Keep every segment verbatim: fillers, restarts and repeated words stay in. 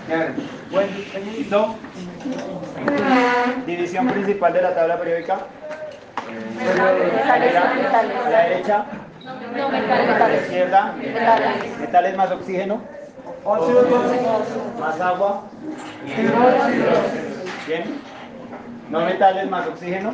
Bueno, ¿listo? División principal de la tabla periódica. Metales, metales. A la derecha. No, A metales. la izquierda. Metales. Metales más oxígeno. Más agua. Bien. No metales más oxígeno.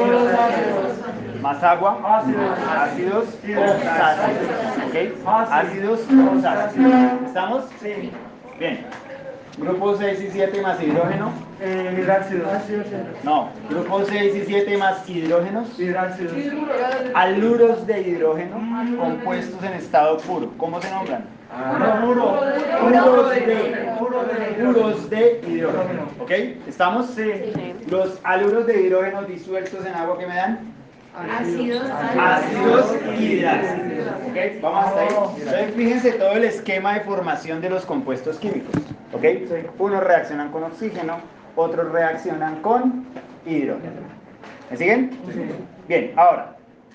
Más agua. Ácidos. Ácidos. ¿Ok? Ácidos. Ácidos. ¿Estamos? Sí. Bien. Grupo seis y siete más hidrógeno. Hidráxidos. No. Grupo seis y siete más hidrógenos. Hidráxidos. Aluros de hidrógeno compuestos en estado puro. ¿Cómo se nombran? Puro. Puros de, puros de hidrógeno. ¿Ok? ¿Estamos? Sí. Los aluros de hidrógeno disueltos en agua que me dan Ácidos. ácidos hidráxidos. ¿Ok? Vamos hasta ahí. Entonces, fíjense todo el esquema de formación de los compuestos químicos. ¿Ok? Unos reaccionan con oxígeno, otros reaccionan con hidrógeno. ¿Me siguen? Bien, ahora.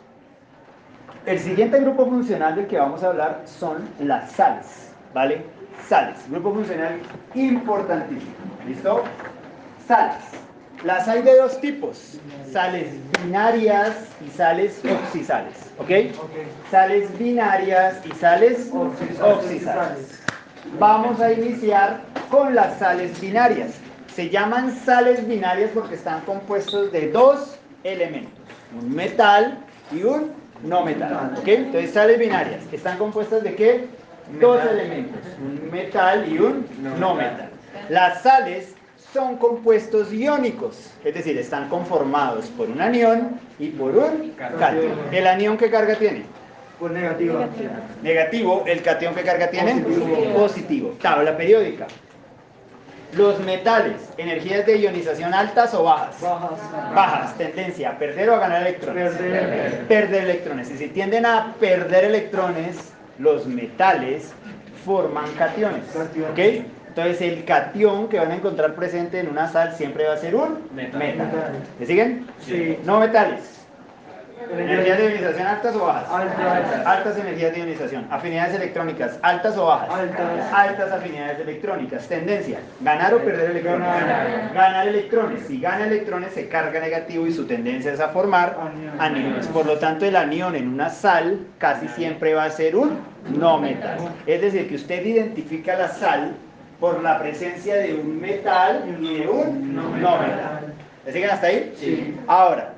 El siguiente grupo funcional del que vamos a hablar son las sales, ¿vale? Sales, grupo funcional importantísimo, ¿listo? Sales. Las hay de dos tipos, sales binarias y sales oxisales, ¿ok? Sales binarias y sales oxisales. Vamos a iniciar con las sales binarias. Se llaman sales binarias porque están compuestos de dos elementos, un metal y un no metal, ¿ok? Entonces sales binarias, ¿están compuestas de qué? Dos elementos, un metal y un no metal. Las sales son compuestos iónicos, es decir, están conformados por un anión y por un catión. ¿El anión qué carga tiene? Pues negativo. Negativo. ¿El catión qué carga tiene? Positivo. Positivo. Tabla periódica. Los metales, energías de ionización altas o bajas. Bajas. Bajas, tendencia a perder o a ganar electrones. Perder. Perder electrones. Y si tienden a perder electrones, los metales forman cationes. Cationes. ¿Ok? Entonces el catión que van a encontrar presente en una sal siempre va a ser un Metal. metal. ¿Me siguen? Sí. No metales. ¿Energías de ionización altas o bajas? Altas. Altas energías de ionización. Afinidades electrónicas, ¿altas o bajas? Altas. Altas afinidades electrónicas. Tendencia, ganar o perder electrones. Ganar. Ganar electrones. Si gana electrones se carga negativo y su tendencia es a formar Anión. aniones. Por lo tanto, el anión en una sal casi siempre va a ser un no metal. Es decir, que usted identifica la sal por la presencia de un metal y de un no metal. ¿Le siguen hasta ahí? Sí. Ahora,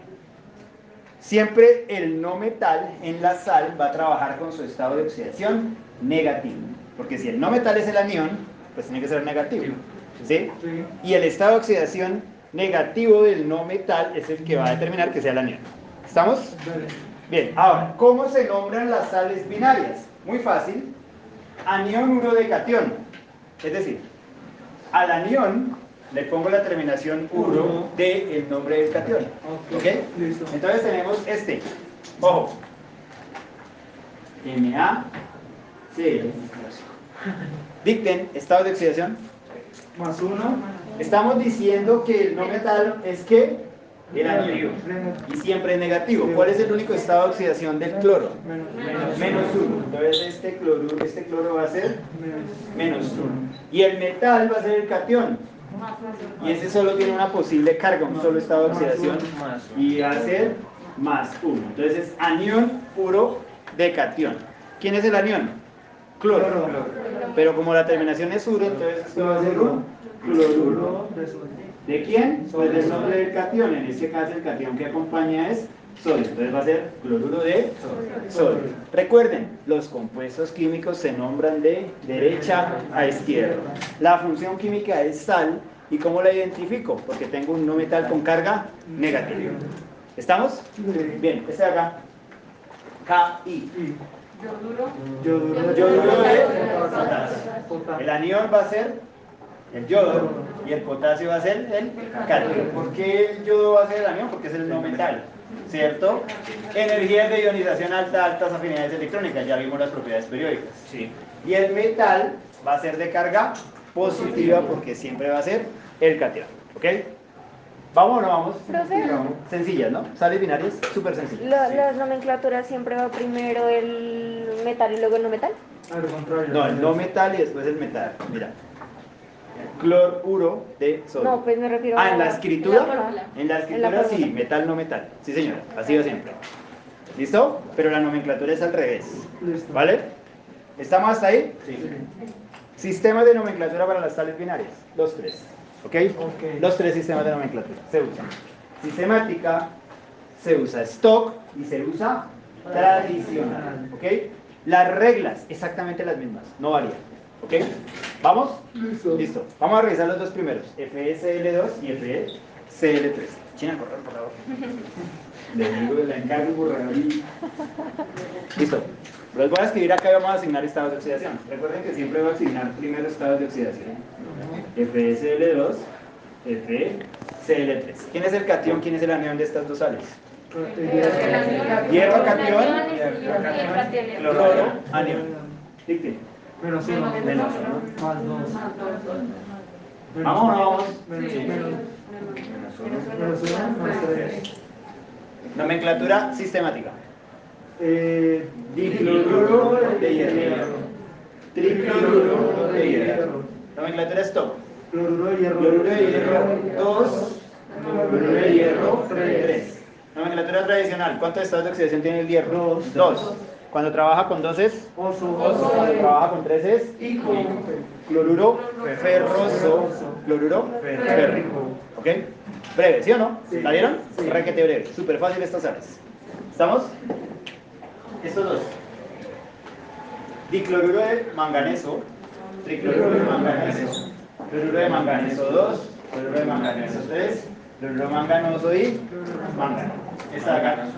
siempre el no metal en la sal va a trabajar con su estado de oxidación negativo. Porque si el no metal es el anión, pues tiene que ser negativo. ¿Sí? Sí. Y el estado de oxidación negativo del no metal es el que va a determinar que sea el anión. ¿Estamos? Bien, ahora, ¿cómo se nombran las sales binarias? Muy fácil. Anión uno de catión. Es decir, al anión le pongo la terminación uro de el nombre del catión. ¿Ok? Listo. Entonces tenemos este. Ojo. Na C. Dicten estado de oxidación. Más uno. Estamos diciendo que el no metal es que el anión. Y siempre es negativo. ¿Cuál es el único estado de oxidación del cloro? Menos. Menos uno. Entonces este cloro, este cloro va a ser Menos. menos uno. Y el metal va a ser el catión. Y ese solo tiene una posible carga, un solo estado de oxidación. Y va a ser más uno. Entonces es anión puro de catión. ¿Quién es el anión? Cloro. Cloro. Pero como la terminación es uro, entonces esto va a ser un cloruro. ¿De quién? Pues del nombre del catión. En este caso el catión que acompaña es sodio. Entonces va a ser cloruro de sodio. Recuerden, los compuestos químicos se nombran de derecha a izquierda. La función química es sal. ¿Y cómo la identifico? Porque tengo un no metal con carga negativa. ¿Estamos? Bien, este de acá. K I. Yoduro. Yoduro de potasio. El anión va a ser el yodo y el potasio va a ser el catión. ¿Por qué el yodo va a ser el anión? Porque es el no metal, ¿cierto? Energías de ionización alta, altas afinidades electrónicas, ya vimos las propiedades periódicas. Sí. Y el metal va a ser de carga positiva porque siempre va a ser el catión, ¿ok? ¿Vamos o no vamos? Profe. Vamos. Sencillas, ¿no? Sales binarias, súper sencillas. La- Las nomenclaturas siempre va primero el metal y luego el no metal. Al contrario. No, el no metal y después el metal. Mira. cloruro de sodio. No, pues me refiero Ah, a en la escritura, fórmula. en la En la escritura sí, fórmula. metal no metal. Sí, señora, así va siempre. ¿Listo? Pero la nomenclatura es al revés. Listo. ¿Vale? ¿Estamos hasta ahí? Sí. Sistemas de nomenclatura para las sales binarias. Los tres. ¿Ok? Ok. Los tres sistemas de nomenclatura se usan. Sistemática, se usa stock y se usa tradicional. ¿Ok? Las reglas, exactamente las mismas, no varían. ¿Ok? ¿Vamos? Listo. Listo. Vamos a revisar los dos primeros, F S L dos y F C L tres. China, correr, por favor. Le digo, le encargo borrador y... Listo. Los voy a escribir acá y vamos a asignar estados de oxidación. Recuerden que siempre voy a asignar primero estados de oxidación. F S L dos, F C L tres. ¿Quién es el catión? ¿Quién es el anión de estas dos sales? Hierro, catión, cloruro, anión. Dicte. Menos uno. Menos uno. Más dos. ¿Vamos o no vamos? Menos, Sí. menos, menos uno, más tres. Nomenclatura sistemática. Eh, Dicloruro de hierro. Tricloruro de hierro. Nomenclatura stop. Cloruro de hierro. Cloruro de hierro dos. Cloruro de hierro tres. Nomenclatura tradicional. ¿Cuántos estados de oxidación tiene el hierro? Dos. Dos. Cuando trabaja con dos es Oso. Cuando trabaja con tres es Hijo. cloruro ferroso. Cloruro férrico. ¿Ok? Breve, ¿sí o no? Sí. ¿La vieron? Sí. Requete breve. Súper fácil estas sales. ¿Estamos? Estos dos. Dicloruro de manganeso. Tricloruro de manganeso. Cloruro de manganeso dos. Cloruro de manganeso tres. Cloruro manganoso y mangano. Esta de acá.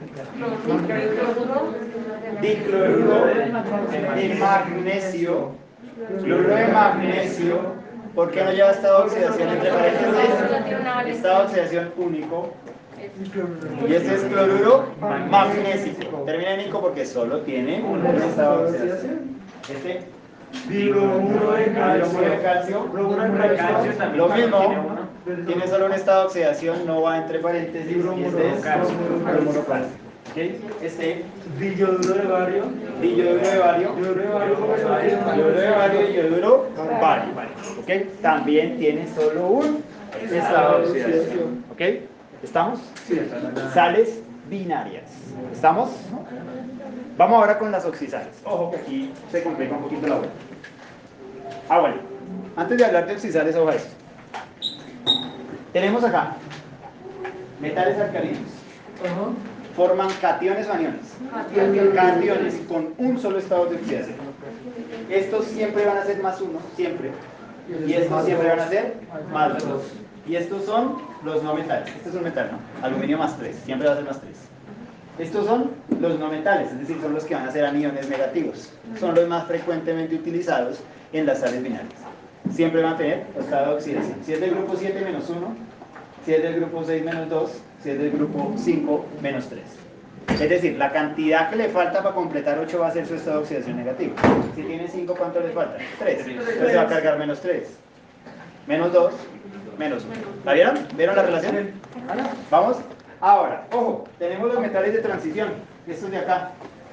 Dicloruro de magnesio. Cloruro de magnesio. ¿Por qué no lleva estado de oxidación entre paréntesis? Estado de oxidación único. Y este es cloruro magnésico. Termina en ico porque solo tiene un estado de oxidación. Este Bromuro de bromuro de calcio. Lo mismo, tiene solo un estado de oxidación, no va entre paréntesis. Y este es bromuro calcio. ¿Ok? Este Diyoduro de bario. diyoduro de bario. Yoduro de bario. Yoduro de bario y yoduro bario. ¿Ok? También tiene solo un estado de oxidación. ¿Ok? ¿Estamos? Sí. Sales binarias. ¿Estamos? Vamos ahora con las oxisales. Ojo que aquí se complica un poquito la vuelta. Ah, bueno. Antes de hablar de oxisales, ojo a eso. Tenemos acá metales alcalinos. Ajá. Forman cationes o aniones. Cationes con un solo estado de oxidación. Estos siempre van a ser más uno, siempre. Y estos siempre van a ser más dos. Y estos son los no metales. Este es un metal, ¿no? Aluminio más tres, siempre va a ser más tres. Estos son los no metales, es decir, son los que van a ser aniones negativos. Son los más frecuentemente utilizados en las sales binarias. Siempre van a tener estado de oxidación. Si es del grupo siete menos uno, si es del grupo seis menos dos, si es del grupo cinco menos tres. Es decir, la cantidad que le falta para completar ocho va a ser su estado de oxidación negativo. Si tiene cinco, ¿cuánto le falta? tres. Entonces se va a cargar menos tres. Menos dos, menos uno. ¿La vieron? ¿Vieron la relación? ¿Vamos? Ahora, ojo, tenemos los metales de transición. Estos de acá.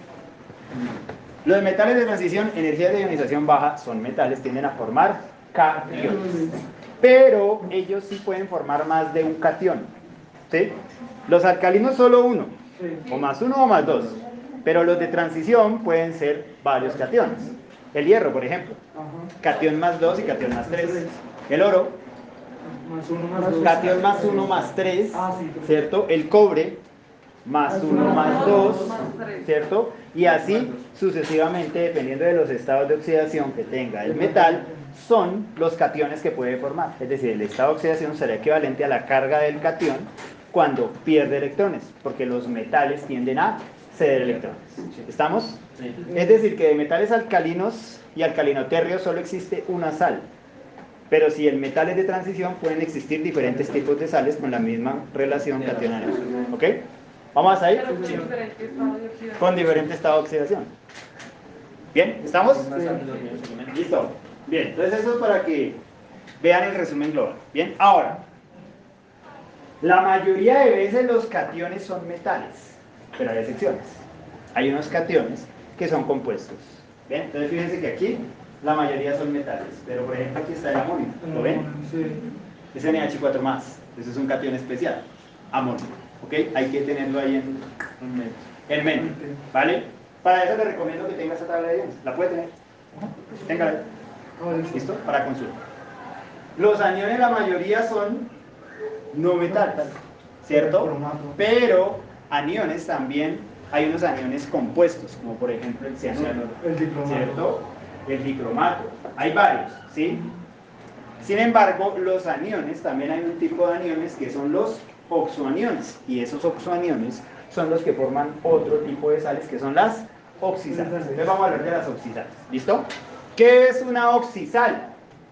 Los metales de transición, energías de ionización baja, son metales, tienden a formar cationes. Pero ellos sí pueden formar más de un catión. ¿Sí? Los alcalinos solo uno. O más uno o más dos. Pero los de transición pueden ser varios cationes. El hierro, por ejemplo. Catión más dos y catión más tres. El oro. Más uno, más dos. Catión más uno más tres. Ah, sí. ¿Cierto? El cobre. Más uno más dos. ¿Cierto? Y así sucesivamente, dependiendo de los estados de oxidación que tenga el metal, son los cationes que puede formar. Es decir, el estado de oxidación será equivalente a la carga del catión cuando pierde electrones, porque los metales tienden a ceder electrones. ¿Estamos? Sí. Es decir, que de metales alcalinos y alcalinotérreos solo existe una sal. Pero si el metal es de transición, pueden existir diferentes tipos de sales con la misma relación cation-anión. ¿Ok? ¿Vamos hasta ahí? Sí. Con diferente estado de oxidación. ¿Bien? ¿Estamos? Sí. ¿Listo? Bien, entonces eso es para que vean el resumen global. Bien, ahora, la mayoría de veces los cationes son metales, pero hay excepciones. Hay unos cationes que son compuestos. Bien, entonces fíjense que aquí la mayoría son metales. Pero por ejemplo aquí está el amonio, ¿lo ven? Sí. Es N H cuatro más, eso es un catión especial, amonio, ¿ok? Hay que tenerlo ahí en, en mente, ¿vale? Para eso le recomiendo que tenga esa tabla de iones, ¿la puede tener? Téngala ahí. ¿Listo? Para consulta. Los aniones la mayoría son no metales, ¿cierto? Pero aniones también, hay unos aniones compuestos, como por ejemplo el cianuro, ¿cierto? El dicromato, hay varios, ¿sí? Sin embargo, los aniones, también hay un tipo de aniones que son los oxoaniones, y esos oxoaniones son los que forman otro tipo de sales que son las oxisales. Entonces vamos a hablar de las oxisales, ¿listo? ¿Qué es una oxisal?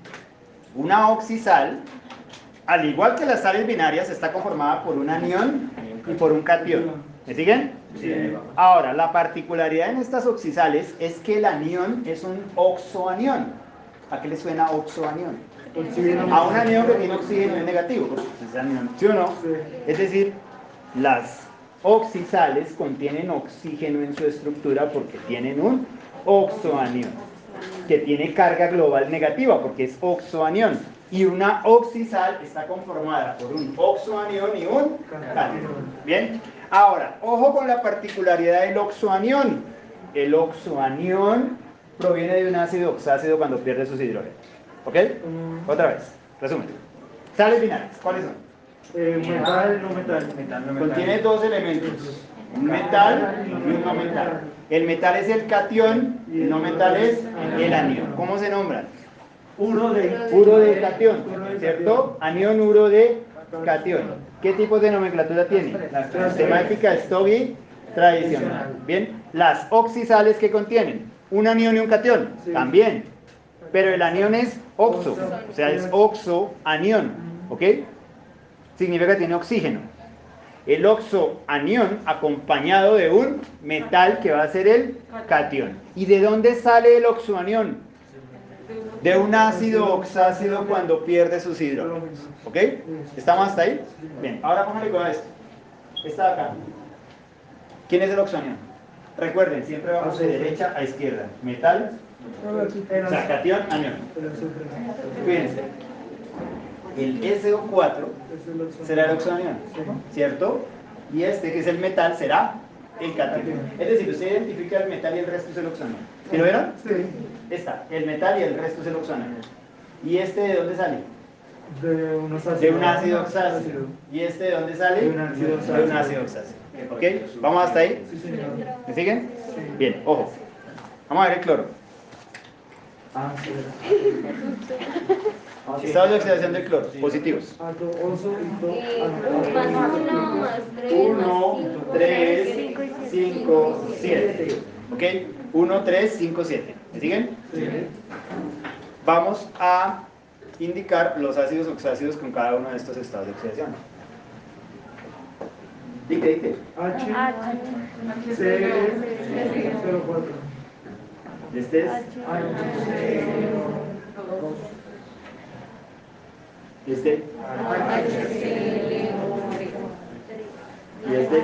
Una oxisal, al igual que las sales binarias, está conformada por un anión y por un catión. ¿Me siguen? Sí. Ahora, la particularidad en estas oxisales es que el anión es un oxoanión. ¿A qué le suena oxoanión? A un anión que tiene oxígeno es negativo, pues, es anión, ¿sí o no? Es decir, las oxisales contienen oxígeno en su estructura porque tienen un oxoanión, que tiene carga global negativa porque es oxoanión. Y una oxisal está conformada por un oxoanión y un catión. ¿Bien? Ahora, ojo con la particularidad del oxoanión. El oxoanión proviene de un ácido oxácido cuando pierde sus hidrógenos. ¿Ok? Otra vez, resumen. Sales binarias, ¿cuáles son? Eh, metal, no metal. Metal, no metal. Contiene dos elementos, un metal y un no metal. El metal es el catión y el no metal es el anión. ¿Cómo se nombran? Uro de... Uro de catión, ¿cierto? Anión, uro de catión. ¿Qué tipo de nomenclatura tiene? Sistemática, Stoggy, tradicional. Bien, las oxisales que contienen un anión y un catión, también. Pero el anión es oxo, o sea, es oxoanión, ¿ok? Significa que tiene oxígeno. El oxoanión acompañado de un metal que va a ser el catión. ¿Y de dónde sale el oxoanión? De un ácido oxácido cuando pierde sus hidrógenos. ¿Ok? ¿Estamos hasta ahí? Bien, ahora póngale con esto. Esta de acá. ¿Quién es el oxoanión? Recuerden, siempre vamos de derecha a izquierda. Metal, o sea, catión, anión. Fíjense. El S O cuatro será el oxoanión, ¿cierto? Y este, que es el metal, será el catión. Es decir, usted identifica el metal y el resto es el oxoanión. ¿Sí lo vieron? Sí. Está, el metal y el resto es el oxoanión. ¿Y este de dónde sale? De, unos ácidos. De un ácido oxácido. ¿Y este de dónde sale? De un ácido oxácido. De un ácido oxácido. ¿Ok? ¿Vamos hasta ahí? Sí, señor. ¿Me siguen? Sí. Bien, ojo. Vamos a ver el cloro. Ah, sí. Estados de oxidación del cloro, positivos. Ah, do, oso y do, Eh, ah, más uno, más tres, uno, más cinco, tres, seis, cinco, siete. ¿Ok? uno, tres, cinco, siete. ¿Me siguen? Sí. Vamos a indicar los ácidos oxácidos con cada uno de estos estados de oxidación. Dicte, dicte. H, H, C, cero cuatro. Este es. H, C, dos. Este. H, Y este.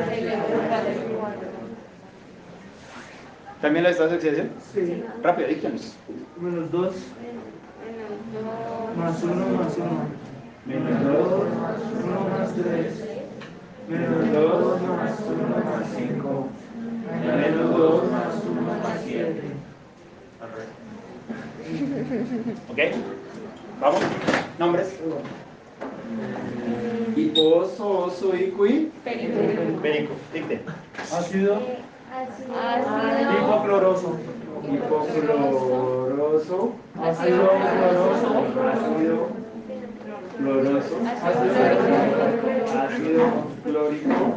¿También los estados de oxidación? Sí. Rápido, díctanos. Menos dos, más uno, más uno. Menos dos, Más uno, más tres. menos dos, Más uno, más cinco. menos dos, Más uno, más siete. ¿Ok? ¿Vamos? ¿Nombres? Hiposo, oso, icui. Perico. Dicte. Ácido, ácido, hipocloroso. Hipocloroso. Ácido cloroso. Ácido cloroso. Ácido clórico.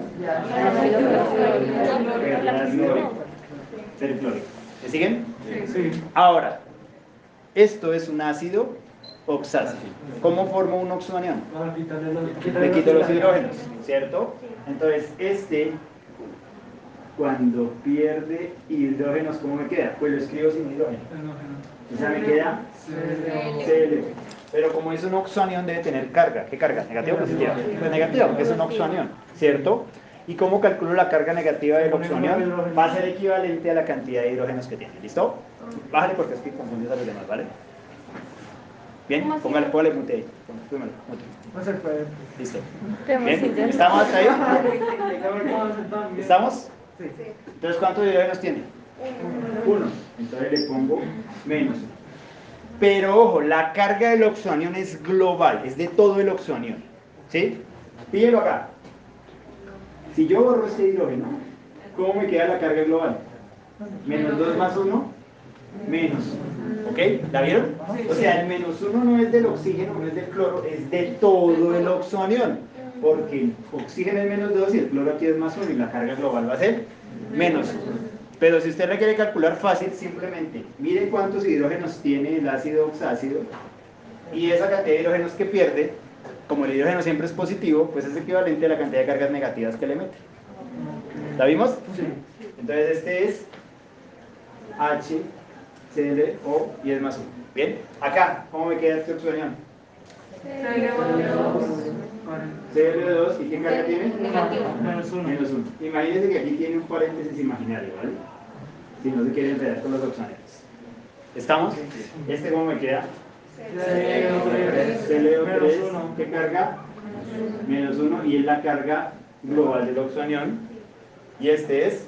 Ácido perclórico. ¿Me siguen? Sí. Ahora, esto es un ácido oxácido. ¿Cómo forma un oxoanión? Para quitarle los, Le quito los hidrógenos, ¿cierto? Entonces, este, cuando pierde hidrógenos, ¿cómo me queda? Pues lo escribo sin hidrógeno. O sea, me queda C L. Pero como es un oxoanión, debe tener carga. ¿Qué carga? ¿Negativa o positiva? Pues negativa, porque es un oxoanión, ¿cierto? ¿Y cómo calculo la carga negativa del oxonión? Va a ser equivalente a la cantidad de hidrógenos que tiene. ¿Listo? Bájale porque es que confundes a los demás, ¿vale? Bien, póngale, póngale mute ahí. Póngale, mute. No se puede. Listo. Tenemos Bien, idea. ¿estamos hasta ahí? ¿Estamos? ¿Estamos? Sí. Entonces, ¿cuántos hidrógenos tiene? Uno. Entonces le pongo menos uno. Pero ojo, la carga del oxonión es global, es de todo el oxonión. ¿Sí? Pídelo acá. Si yo borro este hidrógeno, ¿cómo me queda la carga global? Menos dos más uno, menos. ¿Ok? ¿La vieron? O sea, el menos uno no es del oxígeno, no es del cloro, es de todo el oxonión. Porque el oxígeno es menos dos y el cloro aquí es más uno y la carga global va a ser menos uno. Pero si usted la quiere calcular fácil, simplemente mire cuántos hidrógenos tiene el ácido oxácido y esa cantidad de hidrógenos que pierde, como el hidrógeno siempre es positivo, pues es equivalente a la cantidad de cargas negativas que le mete. ¿La vimos? Sí. Entonces este es H, C L, O y es más uno. Bien, acá, ¿cómo me queda este oxonión? C L dos, ¿y qué carga tiene? Menos uno. Menos uno. Imagínense que aquí tiene un paréntesis imaginario, ¿vale? Si no se quiere enredar con los oxoneros. ¿Estamos? ¿Este cómo me queda? C L O tres, ¿qué carga? Menos uno, y es la carga global del oxonión. Y este es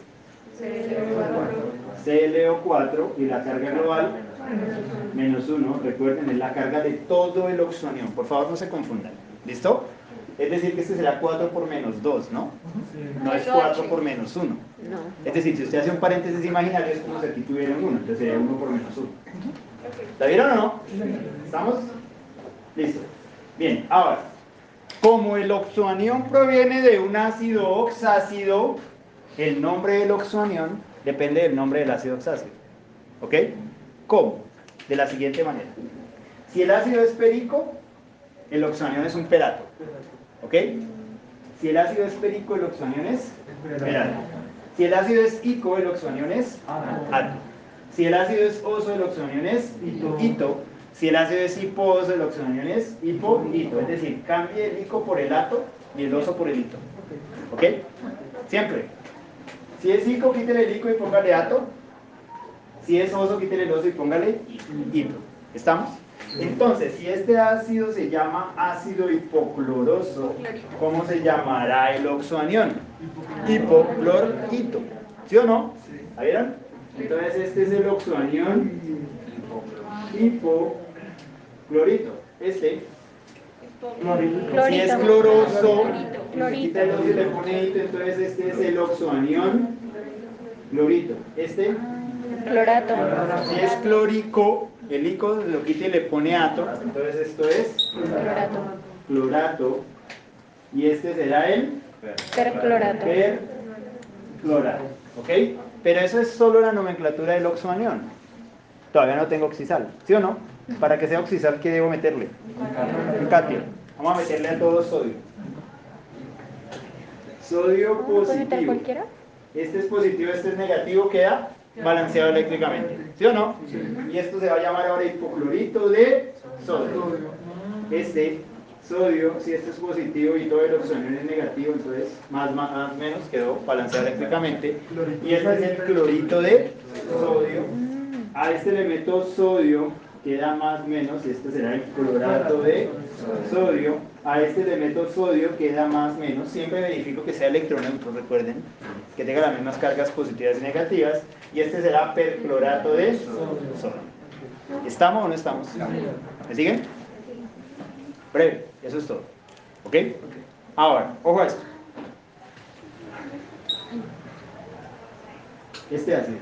C L O cuatro, y la carga global menos uno, recuerden, es la carga de todo el oxonión. Por favor, no se confundan. ¿Listo? Es decir, que este será cuatro por menos dos, ¿no? No es cuatro por menos uno. No. Es decir, si usted hace un paréntesis imaginario, es como si aquí tuviera un uno, entonces sería uno por menos uno. ¿La vieron o no? ¿Estamos? Listo. Bien, ahora, como el oxoanión proviene de un ácido oxácido, el nombre del oxoanión depende del nombre del ácido oxácido. ¿Ok? ¿Cómo? De la siguiente manera. Si el ácido es perico, el oxoanión es un perato. ¿Ok? Si el ácido es perico, el oxoanión es perato. Si el ácido es ico, el oxoanión es ato. Si el ácido es oso, el oxoanión es hito. Si el ácido es hiposo, el oxoanión es hipohito. Es decir, cambie el ico por el ato y el oso por el hito. ¿Ok? Siempre. Si es ico, quítele el ico y póngale ato. Si es oso, quítele el oso y póngale hito. ¿Estamos? Entonces, si este ácido se llama ácido hipocloroso, ¿cómo se llamará el oxoanión? Hipoclorito. ¿Sí o no? ¿La vieron? Entonces este es el oxoanión hipoclorito. Este, si es cloroso, se quita el oso y le pone hito, entonces este es el oxoanión clorito. Este, Clorato. si es clórico, el ico lo quita y le pone ato, entonces esto es Clorato. clorato. Y este será el Perclorato. perclorato. ¿Ok? Pero eso es solo la nomenclatura del oxoanión. Todavía no tengo oxisal, ¿sí o no? Para que sea oxisal, ¿qué debo meterle? Un catión. Vamos a meterle a todo sodio. Sodio ¿Puedo meter positivo. cualquiera? Este es positivo, este es negativo, queda balanceado eléctricamente. ¿Sí o no? Y esto se va a llamar ahora hipoclorito de sodio. Este sodio, si este es positivo y todo el oxoanión es negativo, entonces más más menos quedó balanceado eléctricamente. Y este es el clorito de sodio. A este le meto sodio, queda más menos, y este será el clorato de sodio. A este le meto sodio, queda más menos. Siempre verifico que sea electroneutro, recuerden, que tenga las mismas cargas positivas y negativas. Y este será perclorato de sodio. ¿Estamos o no estamos? ¿Me siguen? Breve, eso es todo. ¿Ok? Ahora, ojo a esto. Este ácido.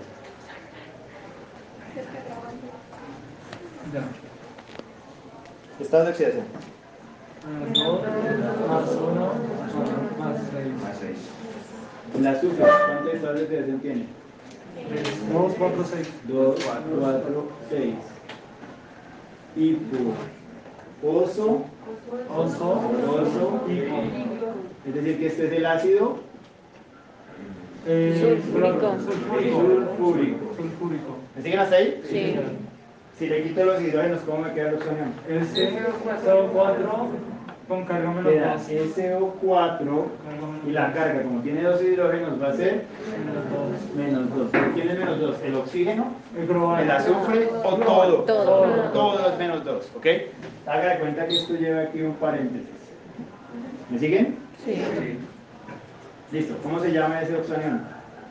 Estado de oxidación. dos, más uno, más seis. Más seis. El azufre, ¿cuántos estados de oxidación tiene? dos, cuatro, seis. dos, cuatro, seis. Hipo. Oso. Oso. Oso. Hipo. Es decir, que este es el ácido Eh, Sulfúrico. Sulfúrico. sulfúrico. Sulfúrico. ¿Me siguen hasta ahí? Sí. Si le quito los hidrógenos, ¿cómo me queda el oxoanión? Este, C O cuatro, Con carga menos queda dos. S O cuatro y la carga, como tiene dos hidrógenos, va a ser menos dos. ¿Quién es menos dos? ¿El oxígeno? El bromuro. ¿El azufre o todo? Todo. Todo es menos dos, ¿ok? Haga de cuenta que esto lleva aquí un paréntesis. ¿Me siguen? Sí. Listo. ¿Cómo se llama ese oxonión?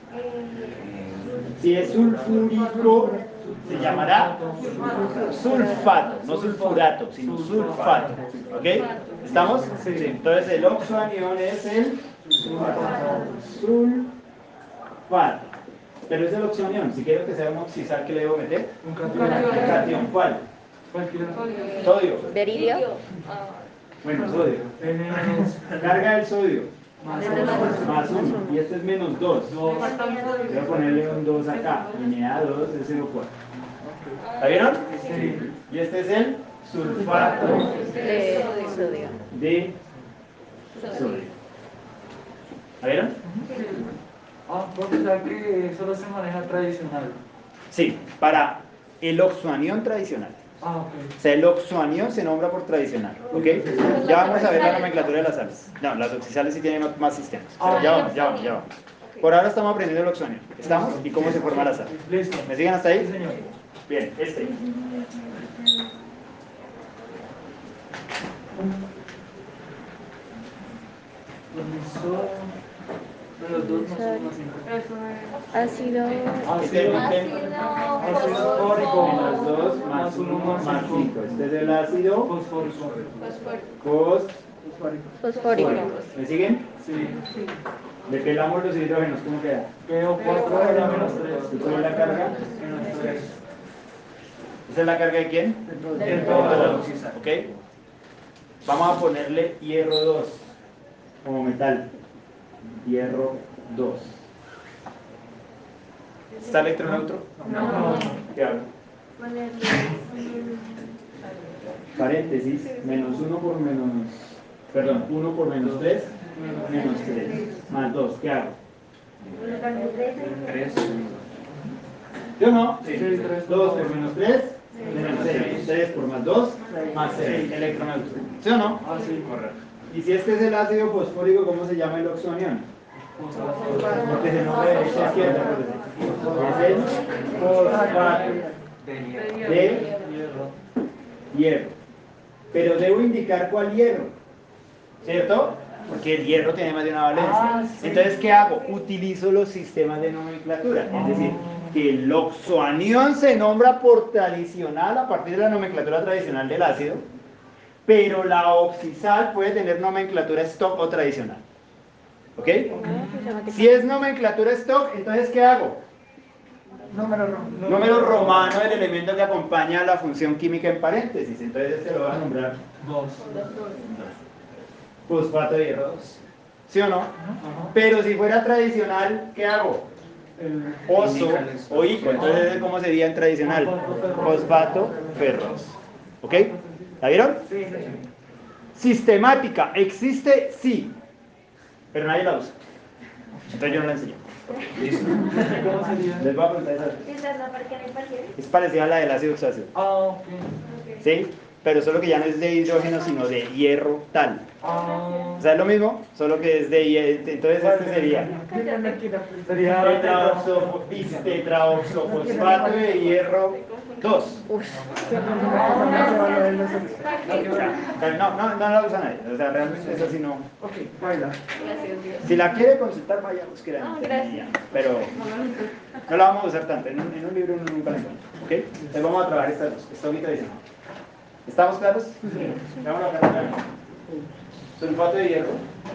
Si es sulfúrico, se llamará sulfato, no sulfurato, sino sulfato. ¿Ok? ¿Estamos? Sí. Entonces el oxoanión es el sulfato. Pero es el oxoanión. Si quiero que sea un oxisal, ¿qué le debo meter? Un Un catión. catión. ¿Cuál? Cualquiera. Sodio. Beridio. Bueno, sodio. N Carga del sodio. más Más uno. Y este es menos dos. dos. Voy a ponerle un dos acá. N A dos es cero cuatro. ¿La vieron? Sí. Y este es el sulfato De sodio. de sodio. ¿La vieron? Ah, porque o sea que solo se maneja tradicional. Sí, para el oxoanión tradicional. Ah, ok. O sea, el oxoanión se nombra por tradicional, ¿ok? Ya vamos a ver la nomenclatura de las sales. No, las oxisales sí tienen más sistemas, pero ya vamos, ya vamos, ya vamos. Por ahora estamos aprendiendo el oxoanión. ¿Estamos? ¿Y cómo se forma la sal? Listo. ¿Me siguen hasta Sí, ahí? señor. Bien, este. Permiso. Menos dos más uno más cinco. Ácido. Ácido. Ácido fosfórico. menos dos más uno más cinco. Este es el ácido Fosfórico. fosfórico. Fosfórico. ¿Me siguen? Sí. Le pelamos los hidrógenos, ¿cómo queda? Quedó cuatro de la menos ¿Y tres. cuál es la carga? Menos tres. ¿Esa es la carga de quién? Del todo. todo. ¿Ok? Vamos a ponerle hierro dos como metal. Hierro dos. ¿Está electroneutro? No. ¿Qué hago? Paréntesis, menos uno por menos, perdón, uno por menos tres, menos tres, más dos, ¿qué hago? tres. ¿Sí o no? Sí, tres. dos por menos tres, menos seis, tres por más dos, más seis, electroneutro. ¿Sí o no? Ah, sí. Correcto. Y si este es el ácido fosfórico, ¿cómo se llama el oxoanión? Porque se nombra de derecha a izquierda, acuérdense. Es el fosfato de hierro. Pero debo indicar cuál hierro, ¿cierto? Porque el hierro tiene más de una valencia. Ah, sí. Entonces, ¿qué hago? Utilizo los sistemas de nomenclatura. Es decir, que el oxoanión se nombra por tradicional a partir de la nomenclatura tradicional del ácido, pero la oxisal puede tener nomenclatura stock o tradicional. ¿Ok? Si es nomenclatura stock, entonces ¿qué hago? Número romano. Número romano del elemento que acompaña a la función química en paréntesis. Entonces este lo voy a nombrar Dos. fosfato de hierro dos. ¿Sí o no? Ajá. Pero si fuera tradicional, ¿qué hago? El Oso o ico. Entonces, ¿cómo sería en tradicional? Fosfato ferroso. ¿Ok? ¿La vieron? Sí. Sistemática. ¿Existe? Sí. Pero nadie la usa. Entonces yo no la enseño. ¿Cómo sería? Les voy a preguntar esa. ¿Esa es la parte que le parece? Es parecida a la del ácido oxácido. Ah, ok. ¿Sí? Pero solo que ya no es de hidrógeno, sino de hierro tal. Ah. O sea, es lo mismo, solo que es de hierro. Entonces este sería Sería tetraoxofo- bis- tetraoxofosfato de hierro dos. No, no, no la usa nadie. O sea, realmente eso sí no. Ok, baila. Si la quiere consultar, vaya a buscar en internet. Pero no la vamos a usar tanto. En un, en un libro uno nunca la encuentra. ¿Ok? Entonces vamos a trabajar estas dos. Está ahorita diciendo. ¿Estamos claros? Sí. Vamos a trabajar. Sulfato de hierro.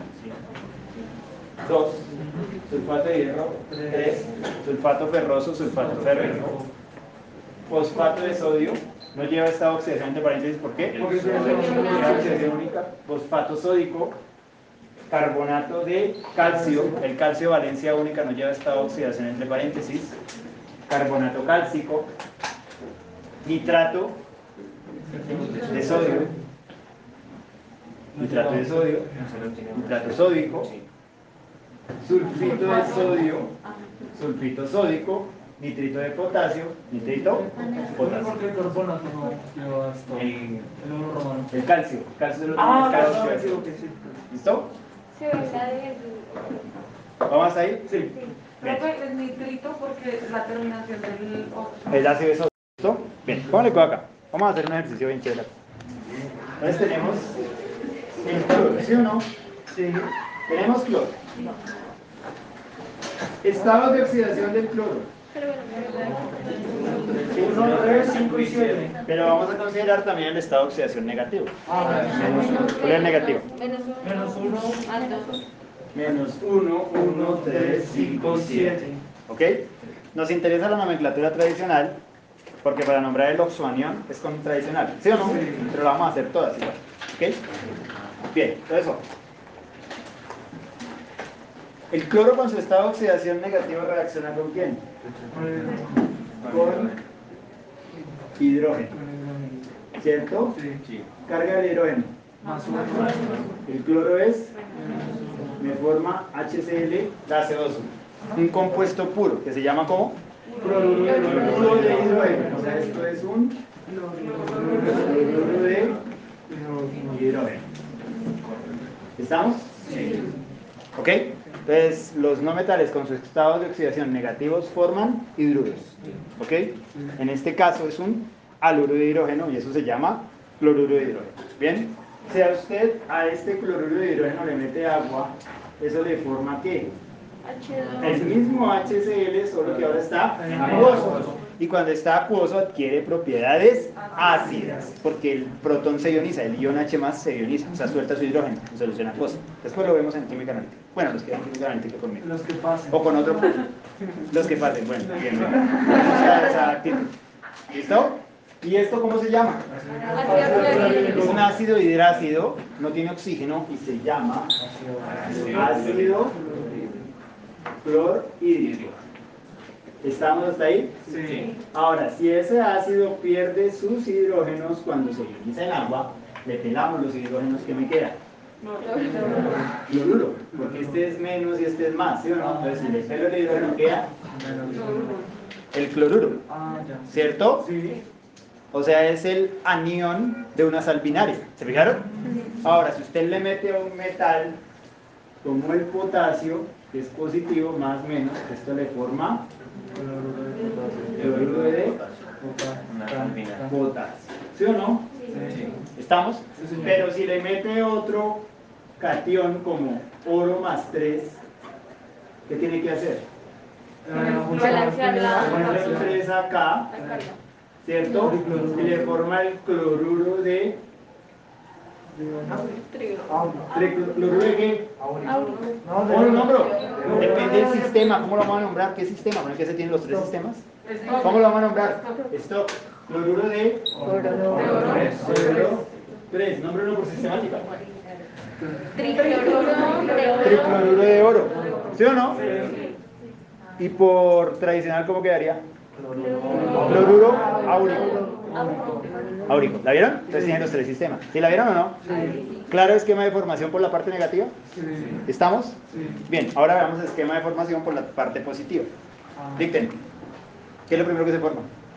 dos. Sulfato de hierro. tres. Sulfato ferroso, sulfato férrico. Fosfato de sodio. No lleva esta oxidación entre paréntesis. ¿Por qué? Porque es una oxidación única. Fosfato sódico. Carbonato de calcio. El calcio valencia única no lleva esta oxidación entre paréntesis. Carbonato cálcico. Nitrato de sodio. Nitrato de sodio. Nitrato sódico. Sulfito de sodio. Sulfito sódico. nitrito de potasio, nitrito, potasio. ¿Por qué el carbonato no lleva esto? El, El oro romano. el calcio, el calcio de los Ah, calcio claro, sí, oxidado. ok, sí. ¿Listo? Se ve la de... ¿Vamos hasta ahí? Sí. Bien. Profe, es nitrito porque es la terminación del óxido. El ácido es ¿listo? Bien, póngale cuidado acá. Vamos a hacer un ejercicio bien chévere. Entonces tenemos el cloro, ¿sí o no? Sí. Tenemos cloro. Estados de oxidación del cloro. Pero bueno, uno, tres, cinco y siete. Pero vamos a considerar también el estado de oxidación negativo. Ah, ¿Cuál es el negativo? menos uno. menos uno. Ah, dos. Menos uno, uno, tres, cinco, siete. ¿Ok? Nos interesa la nomenclatura tradicional porque para nombrar el oxoanión es con tradicional, ¿sí o no? Pero lo vamos a hacer todas igual. ¿Ok? Bien, entonces vamos. El cloro con su estado de oxidación negativo reacciona con quién? Con hidrógeno, ¿cierto? Sí. Carga del hidrógeno. Más uno. El cloro es, me forma HCl gaseoso, un compuesto puro que se llama ¿cómo? Cloruro de Cloruro de hidrógeno. hidrógeno. O sea, esto es un cloruro de hidrógeno. ¿Estamos? Sí. ¿Ok? Entonces, los no metales con sus estados de oxidación negativos forman hidruros. ¿Ok? En este caso es un haluro de hidrógeno y eso se llama cloruro de hidrógeno. ¿Bien? Si a usted a este cloruro de hidrógeno le mete agua, ¿eso le forma qué? H dos. El mismo HCl, solo que ahora está acuoso. Y cuando está acuoso adquiere propiedades ácidas, porque el protón se ioniza, el ion H más se ioniza, o sea, suelta su hidrógeno en solución acuosa. Después lo vemos en química analítica. Bueno, los que dan química analítica conmigo. Los que pasen. O con otro. Los que pasen, bueno, bien, bien. Esa- esa actitud. ¿Listo? ¿Y esto cómo se llama? Es un ácido hidrácido, no tiene oxígeno y se llama ácido clorhídrico. ¿Estamos hasta ahí? Sí. Ahora, si ese ácido pierde sus hidrógenos cuando se ioniza en agua, le pelamos los hidrógenos que me quedan. Cloruro, porque este es menos y este es más, ¿sí o no? Entonces, si le pelo el hidrógeno queda el cloruro, Ah, ya. ¿cierto? Sí. O sea, es el anión de una sal binaria. ¿Se fijaron? Ahora, si usted le mete a un metal como el potasio, que es positivo, más menos, esto le forma cloruro de potasio. ¿Sí o no? Sí. ¿Estamos? Sí, señor. Pero si le mete otro catión como oro más tres, ¿qué tiene que hacer? Balancear la- Ponerle tres acá, ¿cierto? Y le forma el cloruro de... ¿Tri- ¿Cloruro de qué? ¿Cómo lo nombro? Depende del sistema. ¿Cómo lo vamos a nombrar? ¿Qué sistema? ¿Con el que se tienen los tres sistemas? ¿Cómo lo vamos a nombrar? Stock. Cloruro de oro tres. Nómbralo por sistemática. Tricloruro de oro. Tricloruro de oro. ¿Sí o no? Y por tradicional, ¿cómo quedaría? Cloruro áurico. Áurico. ¿La vieron? Entonces tienen los tres sistemas. ¿Sí la vieron o no? ¿Claro esquema de formación por la parte negativa? Sí. ¿Estamos? Sí. Bien, ahora veamos el esquema de formación por la parte positiva. Ah. Dicten. ¿Qué es lo primero que se forma?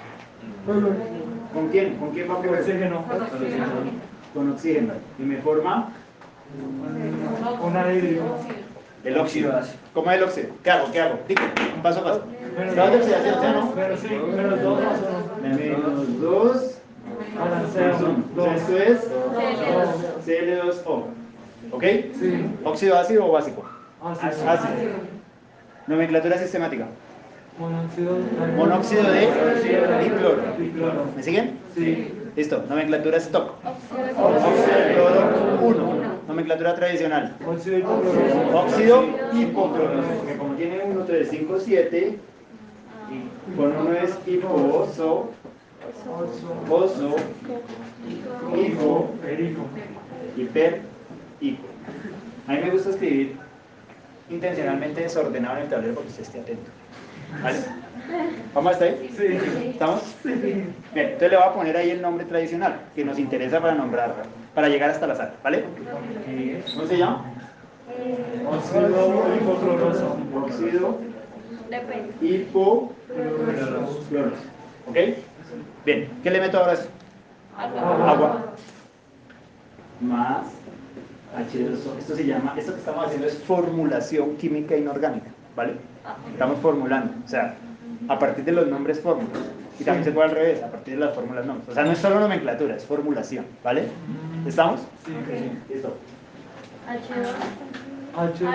¿Con quién? ¿Con quién va primero? Oxígeno. Con oxígeno. Y me forma Un anhídrico. el óxido. ¿Cómo es el óxido? ¿Qué hago? ¿Qué hago? Dicten, paso a paso. ¿Estado de oxidación, sí o no? Menos sí, menos dos más uno. Menos dos. Balanceo. Entonces esto es C L dos O. ¿Ok? Sí. ¿Óxido ácido o básico? Ácido. Ácido. Nomenclatura sistemática. Monóxido. Monóxido de dicloro. Dicloro. ¿Me siguen? Sí. Listo. Nomenclatura stock. Óxido de cloro uno. Nomenclatura tradicional. Óxido hipocloroso. Óxido hipocloroso. Porque como tiene uno, tres, cinco, siete, con uno es hiposo, oso, hipo, Perico. hiper, hipo. A mí me gusta escribir intencionalmente desordenado en el tablero porque usted esté atento. ¿Vale? ¿Vamos hasta ahí? Sí. ¿Estamos? Bien, entonces le voy a poner ahí el nombre tradicional que nos interesa para nombrar, para llegar hasta la sala, ¿vale? ¿Cómo se llama? Óxido hipocloroso. Óxido Depende. hipocloroso. Cloros. ¿Ok? Bien, ¿qué le meto ahora a eso? Agua. Agua. Más H dos O. Esto se llama, esto que estamos haciendo es formulación química inorgánica, ¿vale? Estamos formulando, o sea, a partir de los nombres fórmulas. Y también se puede al revés, a partir de las fórmulas nombres. O sea, no es solo nomenclatura, es formulación, ¿vale? ¿Estamos? Sí. Ok, listo. H dos. H.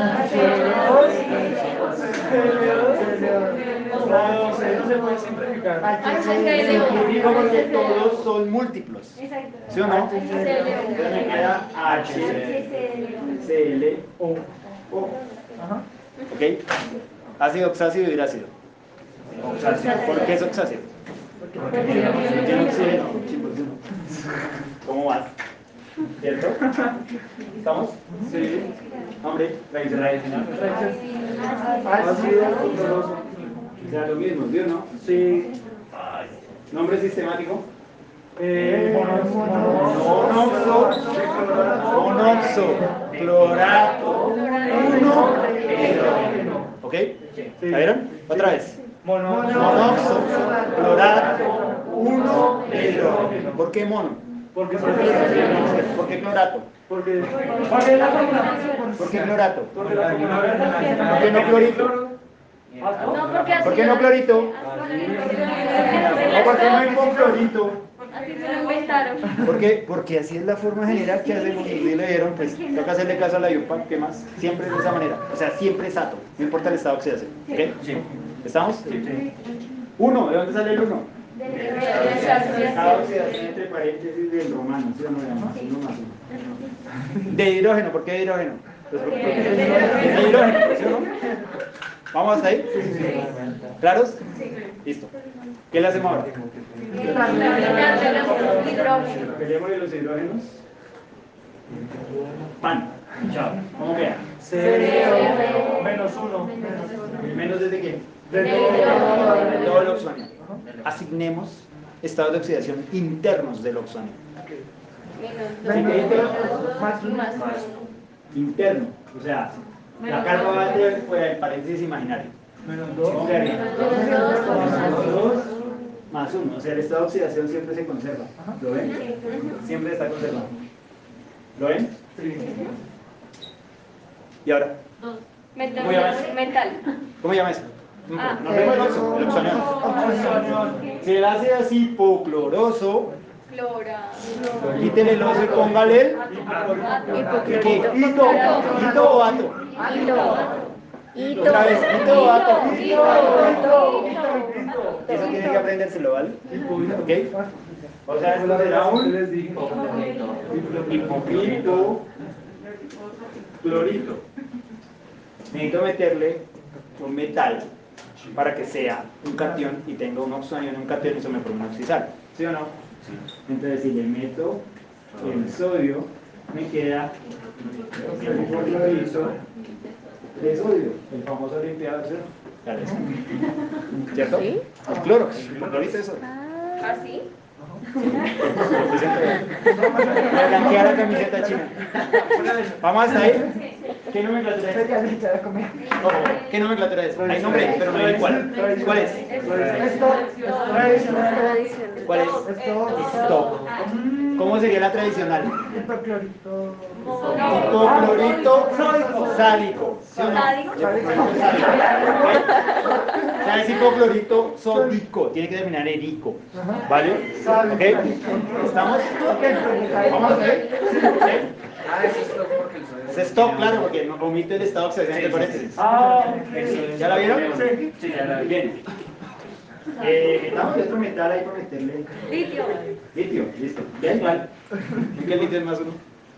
No se puede simplificar. Digo porque todos son múltiplos. Exacto. ¿Sí o no? Entonces me queda H, C L, O, O. Ajá. ¿Ok? Ácido oxácido y hidrácido. Oxácido. ¿Por qué es oxácido? Tiene oxígeno. ¿Cómo vas? ¿Cierto? ¿Estamos? Sí. Hombre, tradicional. Ácido cloroso. O sea, lo mismo, ¿sí o no? Sí. Nombre sistemático. Eh, Monoxo, monoxo, clorato, uno, hidrógeno. ¿Ok? ¿La vieron? Otra vez. Mono. Monoxo, clorato, uno, hidrógeno. ¿Por qué mono? Porque ¿Por qué clorato? Porque ¿Por qué clorato? porque la ¿Por qué no clorito? No, porque así. ¿Por qué no clorito? ¿O por qué no hipoclorito? Así se lo inventaron. ¿Por qué? Porque así es la forma general que hacemos. Y le dieron, pues, toca hacerle caso a la I U P A, ¿qué más? Siempre es de esa manera. O sea, siempre es ato, no importa el estado de oxidación. ¿Ok? ¿Estamos? Uno, ¿de dónde sale el uno? Estado de oxidación entre paréntesis del romano, ¿sí o no? Uno más uno. De hidrógeno, ¿por qué de hidrógeno? Pues porque de hidrógeno, ¿sí o no? ¿Vamos hasta ahí? ¿Claros? Listo. ¿Qué le hacemos ahora? Peleemos de los hidrógenos. Pan. Chao. ¿Cómo queda? Cero. Menos uno. ¿Menos desde qué? De De todo el oxonio. Asignemos estados de oxidación internos del oxonio. Más. Interno. O sea, la carga va a ser fuera del paréntesis imaginario. Menos dos. ¿Cómo quedaría? Menos dos más uno. O sea, el estado de oxidación siempre se conserva. ¿Lo ven? Siempre está conservado. ¿Lo ven? Sí. ¿Y ahora? Metal. ¿Cómo llamas? Metal. ¿Cómo llama eso? Ah. Nos vemos el oxo, el oxonión. Si el ácido es hipocloroso, Clora. quítele el oso y póngale el ¿qué? ¿Hito? ¿Hito o ato? Hito. Otra vez, ¿hito o ato? Hito. Eso tiene que aprendérselo, ¿vale? ¿Ok? O sea, esto será un hipoclorito, clorito. Necesito meterle un metal para que sea un cation y tenga un oxonión, un cation y eso me forma un oxisal. ¿Sí o no? Entonces, si le meto el sodio, me queda el hipoclorito de sodio, el famoso limpiador, ¿cierto? ¿Sí? El cloro, el hipoclorito de sodio. ¿Ah, sí? Me blanquea la camiseta china. ¿Vamos hasta ahí? ¿Qué nomenclatura es? Ojo, ¿qué nomenclatura es? Hay nombre, pero no hay cuál. ¿Cuál es? ¿Cuál es? Stop. ¿Cómo sería la tradicional? Hipoclorito. Hipoclorito sálico. ¿Sí o no? O sea, es hipoclorito sódico. Tiene que terminar en ico. ¿Vale? ¿Ok? ¿Estamos? ¿Vamos a ver? Ah, eso es stop porque el sodio. Es stop, claro, porque no omite el estado oxidante de paréntesis. Ah, ¿Ya la vieron? Sí. Sí, ya la vi. Bien. Eh, Necesitamos otro metal ahí para meterle. Litio. Litio, listo. ¿Qué cuál? ¿Qué litio es más uno?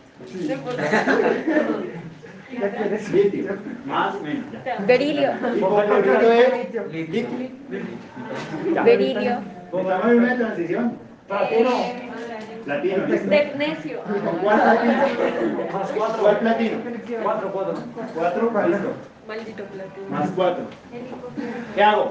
Litio. Más o menos. Ya. Berilio. Hipoclorito de litio. Ya. Berilio. Estamos en una transición. Platino. Platino, listo. Tecnesio. ¿Con cuál platino? Más cuatro. ¿Cuál platino? Cuatro, cuatro. Cuatro, listo. Maldito platino. Más cuatro. ¿Qué hago?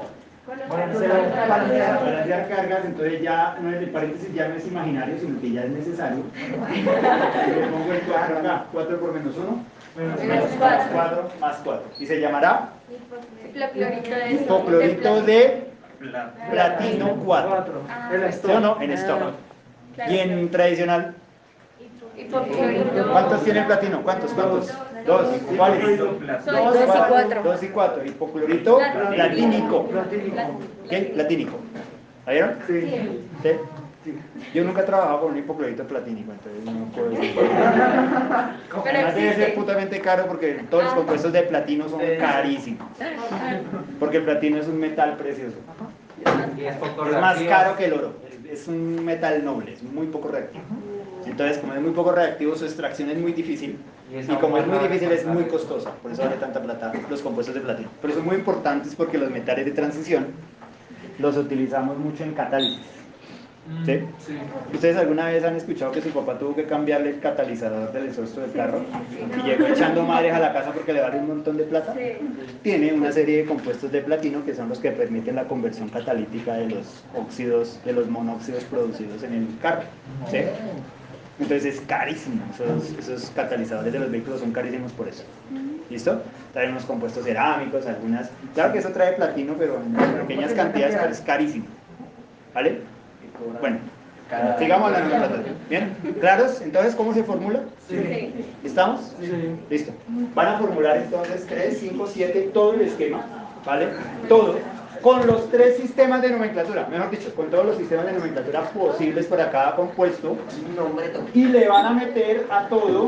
Balancear, balancear cargas, entonces ya no es el paréntesis, ya no es imaginario, sino que ya es necesario. Y le pongo el cuatro acá, cuatro por menos uno, menos cuatro más cuatro. Y se llamará Hipoclorito de hipoclorito de platino cuatro. ¿Sí o no? En stock. Y en tradicional, Hipoclorito. ¿cuántos tiene el platino? ¿Cuántos? ¿Cuántos? Dos. ¿Cuáles? Dos y cuatro. Dos y cuatro. Hipoclorito platínico. ¿Qué? Platínico. ¿La vieron? Sí. ¿Sí? Yo nunca he trabajado con un hipoclorito platínico, entonces no puedo decir. Pero Además debe ser existe. putamente caro porque todos los compuestos de platino son carísimos. Porque el platino es un metal precioso. Y es poco Es más reactivo. caro que el oro. Es un metal noble, es muy poco reactivo. Entonces, como es muy poco reactivo, su extracción es muy difícil. Y como es muy difícil, es muy costosa. Por eso vale tanta plata los compuestos de platino. Pero son muy importantes porque los metales de transición los utilizamos mucho en catálisis. ¿Sí? Sí. ¿Ustedes alguna vez han escuchado que su papá tuvo que cambiarle el catalizador del exhausto del carro y llegó echando madres a la casa porque le vale un montón de plata? Tiene una serie de compuestos de platino que son los que permiten la conversión catalítica de los óxidos, de los monóxidos producidos en el carro. ¿Sí? Entonces es carísimo, esos, esos catalizadores de los vehículos son carísimos por eso. ¿Listo? Traen unos compuestos cerámicos, algunas... Claro que eso trae platino, pero en pequeñas cantidades, pero es carísimo. ¿Vale? Bueno, sigamos la nomenclatura. ¿Bien? ¿Claros? Entonces, ¿cómo se formula? Sí. ¿Estamos? Sí. Listo. Van a formular entonces tres, cinco, siete, todo el esquema, ¿vale? Todo, con los tres sistemas de nomenclatura, mejor dicho, con todos los sistemas de nomenclatura posibles para cada compuesto, y le van a meter a todo,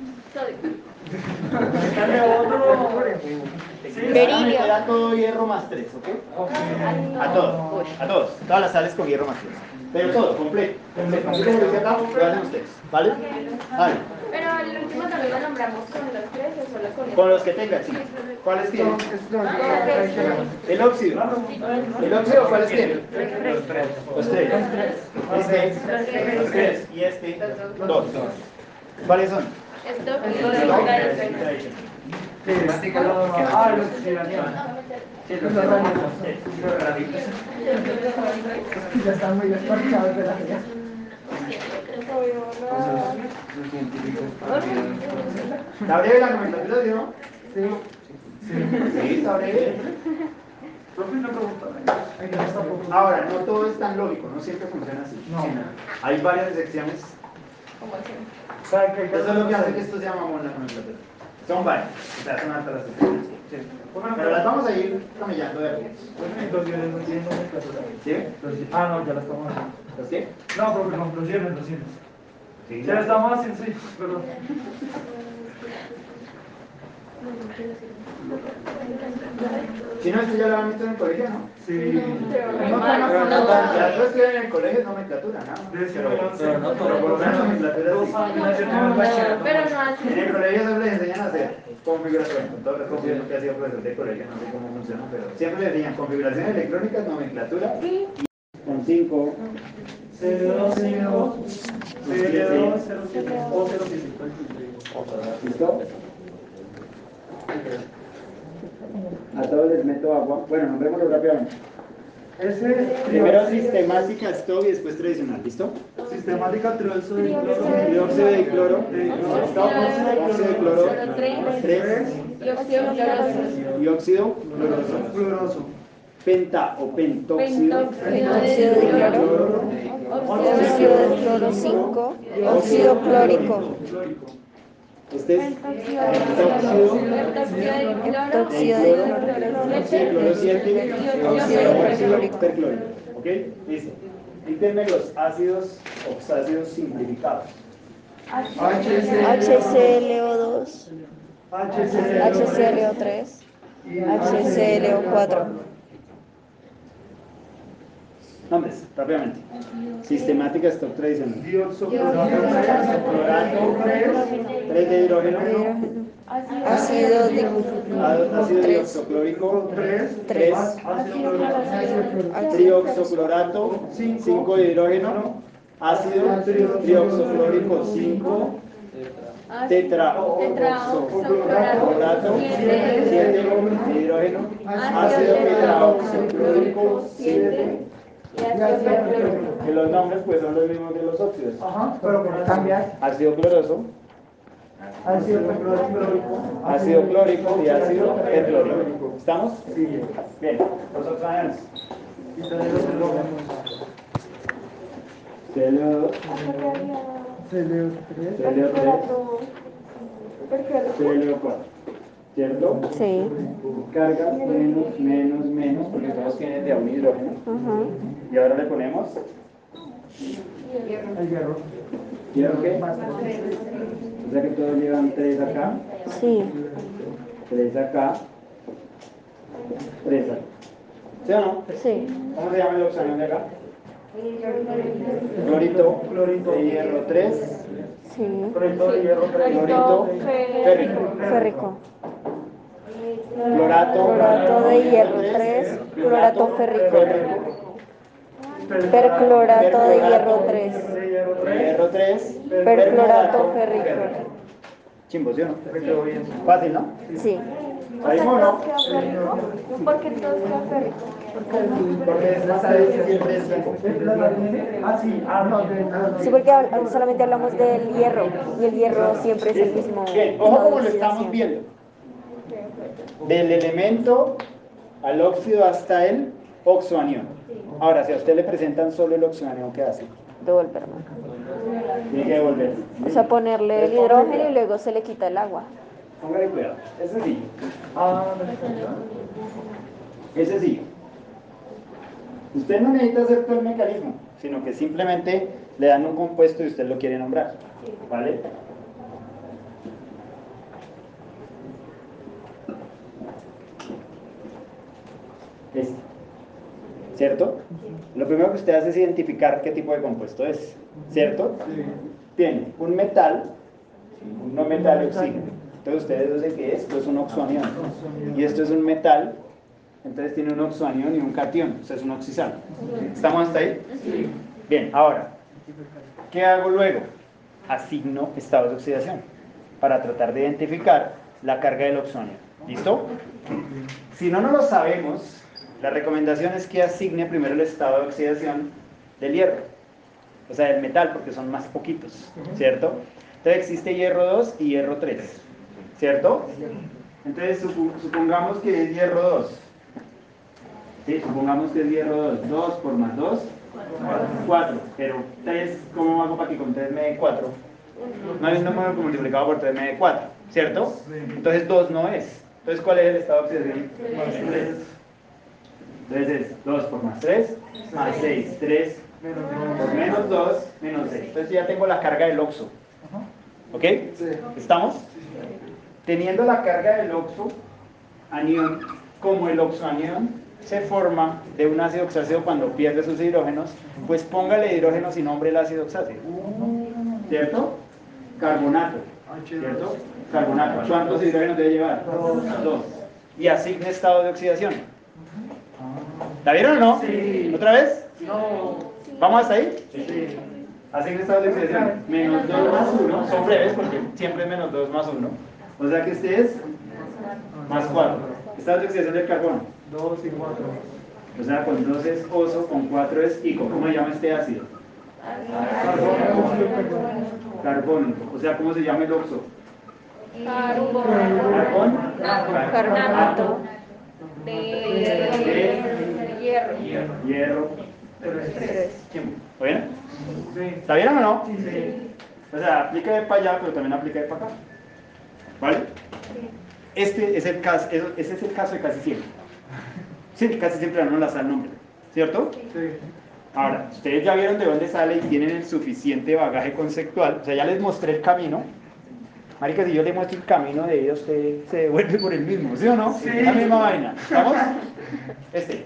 métanle otro, le van a meter a todo hierro más tres, ¿ok? A todos, a todos, todas las sales con hierro más tres. Pero todo, completo, completo. Así como lo dice acá, lo hacen ustedes, ¿vale? Vale. Pero el último también lo nombramos con los tres o solo con Con los que tengan, sí. ¿Cuáles tienen? El óxido. ¿El óxido cuáles tienen? Los tres. Este, los tres. Y este, dos. ¿Cuáles son? Esto Stock, y tradition. Ah, los oxidación. Ya están muy desparchados de la vida. ¿Está breve la nomenclatura, sí o no? Sí. Sí, está breve. Profe, una pregunta. Ahí no está poco. Ahora, no todo es tan lógico, no siempre funciona así. No. Hay varias secciones. ¿Sabe qué? Eso es lo que hace que esto se llama la nomenclatura. Son varias, o sea, son altas las secciones. Sí. Pero las vamos a ir camellando de a poco. Conclusiones no tienen nomenclatura. ¿Sí? Ah, no, ya la estamos haciendo. ¿Los qué? No, profe, conclusiones, conclusiones. Sí. Ya la estamos haciendo, sí, perdón. Si no, esto ya lo han visto en el colegio, ¿no? Sí. No, no, no, no, ya lo estudian en el colegio es nomenclatura, nada más. Décimo y once. Pero no todo, por lo menos nomenclatura Dos sí. años haciendo el bachillerato. Pero no En así. el colegio solo les enseñan a hacer configuración, con todo respeto, yo nunca he sido profesor de colegio, no sé cómo funciona, pero siempre les enseñan configuración electrónica, nomenclatura, y con cinco, C L dos, C L dos, C L dos, cero siete o cero siete. ¿listo? A todos les meto agua, bueno, nombrémoslo rápidamente. Ese Primero sistemática, stock y después tradicional, ¿listo? sistemática trióxido de cloro. Dióxido de cloro, stock, óxido de cloro, tres, Y óxido cloroso. y óxido cloroso. Fluoroso. Penta o pentóxido, Pentóxido de cloro. Óxido de cloro cinco, óxido clórico, este es pentóxido Pentóxido de de cloro. cloro, cloro siete, óxido perclórico. perclórico. ¿Ok? Listo. Díganme los ácidos oxácidos simplificados. H C L O dos, H C L H C L O tres, H C L O cuatro. Nombres, rápidamente. Sistemática, stock tradicional. Dióxido Clorato, tres de hidrógeno, Ácido de ácido dioxoclórico, tres, tres, ácido cloruro, trioxoclorato, cinco de hidrógeno, ácido trioxoclórico, cinco, tetraoxoclorato, siete hidrógeno, ácido tetraoxoclórico, siete. Y ácido perfluórico. Que los nombres pues son los mismos de los óxidos. Ajá, pero que cambias. Ácido cloroso, Ácido clorhídrico. ácido clórico y ácido perfluórico. ¿Estamos? Sí. Bien, los oxoanios. Y también los hidrógenos. C L O dos, C L O tres. C L O tres, C L O cuatro. ¿Cierto? Sí. Cargas menos, menos, menos, porque todos tienen de a un hidrógeno. Ajá. Y ahora le ponemos, El hierro. ¿hierro qué? O sea que todos llevan tres acá, Sí. tres acá, tres acá. ¿Sí o no? Sí. ¿Cómo se llama el oxanio de acá? Clorito, Clorito. de hierro tres, Sí. Clorito de hierro tres. clorito, férrico, Férrico. clorato, Clorato de hierro tres. Clorato férrico. Perclorato de hierro tres. De hierro de tres. hierro tres, Perclorato férrico. Chimbo, ¿sí o no? Me quedó bien. Fácil, ¿no? Sí. ¿Ahí o no? ¿Por qué todo queda férrico? Porque es más fácil siempre es tiempo. Ah, sí. Ah, no, de nada. Sí, porque hab- solamente hablamos del hierro y el hierro siempre es el mismo. Bien, estado ojo de como lo estamos oxidación. viendo. Del elemento al óxido hasta el oxoanión. Ahora, si a usted le presentan solo el oxoanión, ¿qué hace? Devolverlo. Tiene que devolver. O sea, ponerle el hidrógeno y luego se le quita el agua. Póngale cuidado. Es sencillo. Ah, Es sencillo. Usted no necesita hacer todo el mecanismo, sino que simplemente le dan un compuesto y usted lo quiere nombrar. ¿Vale? Este. ¿Cierto? Lo primero que usted hace es identificar qué tipo de compuesto es. ¿Cierto? Tiene un metal, un no metal oxígeno. Entonces ustedes deducen que esto es un oxoanión. Y esto es un metal, entonces tiene un oxoanión y un catión, o sea, es un oxisano. ¿Estamos hasta ahí? Bien, ahora, ¿qué hago luego? Asigno estados de oxidación para tratar de identificar la carga del oxoanión. ¿Listo? Si no, no lo sabemos, la recomendación es que asigne primero el estado de oxidación del hierro, o sea, del metal, porque son más poquitos, ¿cierto? Entonces existe hierro dos y hierro tres, ¿cierto? Entonces supu- supongamos que es hierro dos. Sí, supongamos que es hierro dos. dos por más dos, cuatro. Pero tres, ¿cómo hago para que con tres me dé cuatro? No hay un número multiplicado por tres me dé cuatro, ¿cierto? Entonces dos no es. Entonces, ¿cuál es el estado de oxidación? tres. Entonces es dos por más tres, más seis. tres por menos dos, menos seis. Entonces ya tengo la carga del oxo. ¿Ok? ¿Estamos? Teniendo la carga del oxo, anión, como el oxoanión se forma de un ácido oxáceo cuando pierde sus hidrógenos, pues póngale hidrógenos y nombre el ácido oxáceo. ¿Cierto? Carbonato. ¿Cierto? Carbonato. ¿Cuántos hidrógenos debe llevar? Dos. Y asigne estado de oxidación. ¿La vieron o no? Sí. ¿Otra vez? no. ¿Vamos hasta ahí? Sí. Asigna estado de oxidación. Menos dos más uno. Son breves porque siempre es menos dos más uno. O sea que este es más cuatro. Estado de oxidación del carbono. dos y cuatro. O sea, con dos es oso, con cuatro es ico. ¿Cómo se llama este ácido? Carbónico. O sea, ¿cómo se llama el oxo? Carbón. Carbonato. De hierro. Hierro. Tres. ¿Está bien? Sí. ¿Está bien o no? Sí. O sea, aplica de para allá, pero también aplica de para acá. ¿Vale? Este es el caso, ese es el caso de casi siempre. Sí, casi siempre no la sale el nombre. ¿Cierto? Sí. Ahora, ustedes ya vieron de dónde sale y tienen el suficiente bagaje conceptual. O sea, ya les mostré el camino. Marica, si yo le muestro el camino de ella, usted se devuelve por el mismo, ¿sí o no? Sí. La misma vaina. ¿Estamos? Este.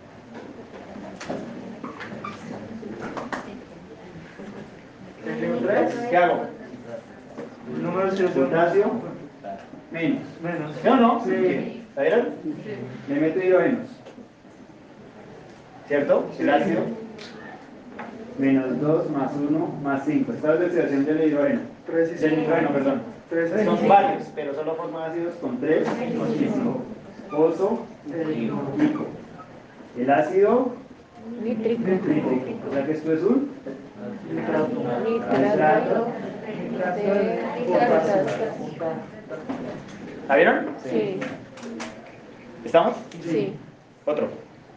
¿Tengo tres? ¿Qué hago? El número de Potasio menos. Menos. ¿Sí o no? Sí. ¿La vieron? Le meto hidrógenos. ¿Cierto? El ácido. menos dos más uno más cinco. Estados de oxidación del hidrógeno. tres y Del nitrógeno, perdón. tres y Son cinco. varios, pero solo forman ácidos con tres y con cinco. Oso y nico. El ácido Nítrico. nítrico. O sea que esto es un Nitrato. nitrato. De potasio. ¿La vieron? Sí. ¿Estamos? Sí. Otro.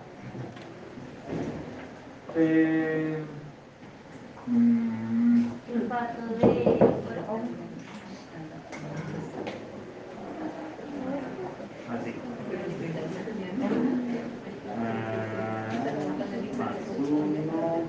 Eh, Mm, Sulfato de así. Ah, más uno.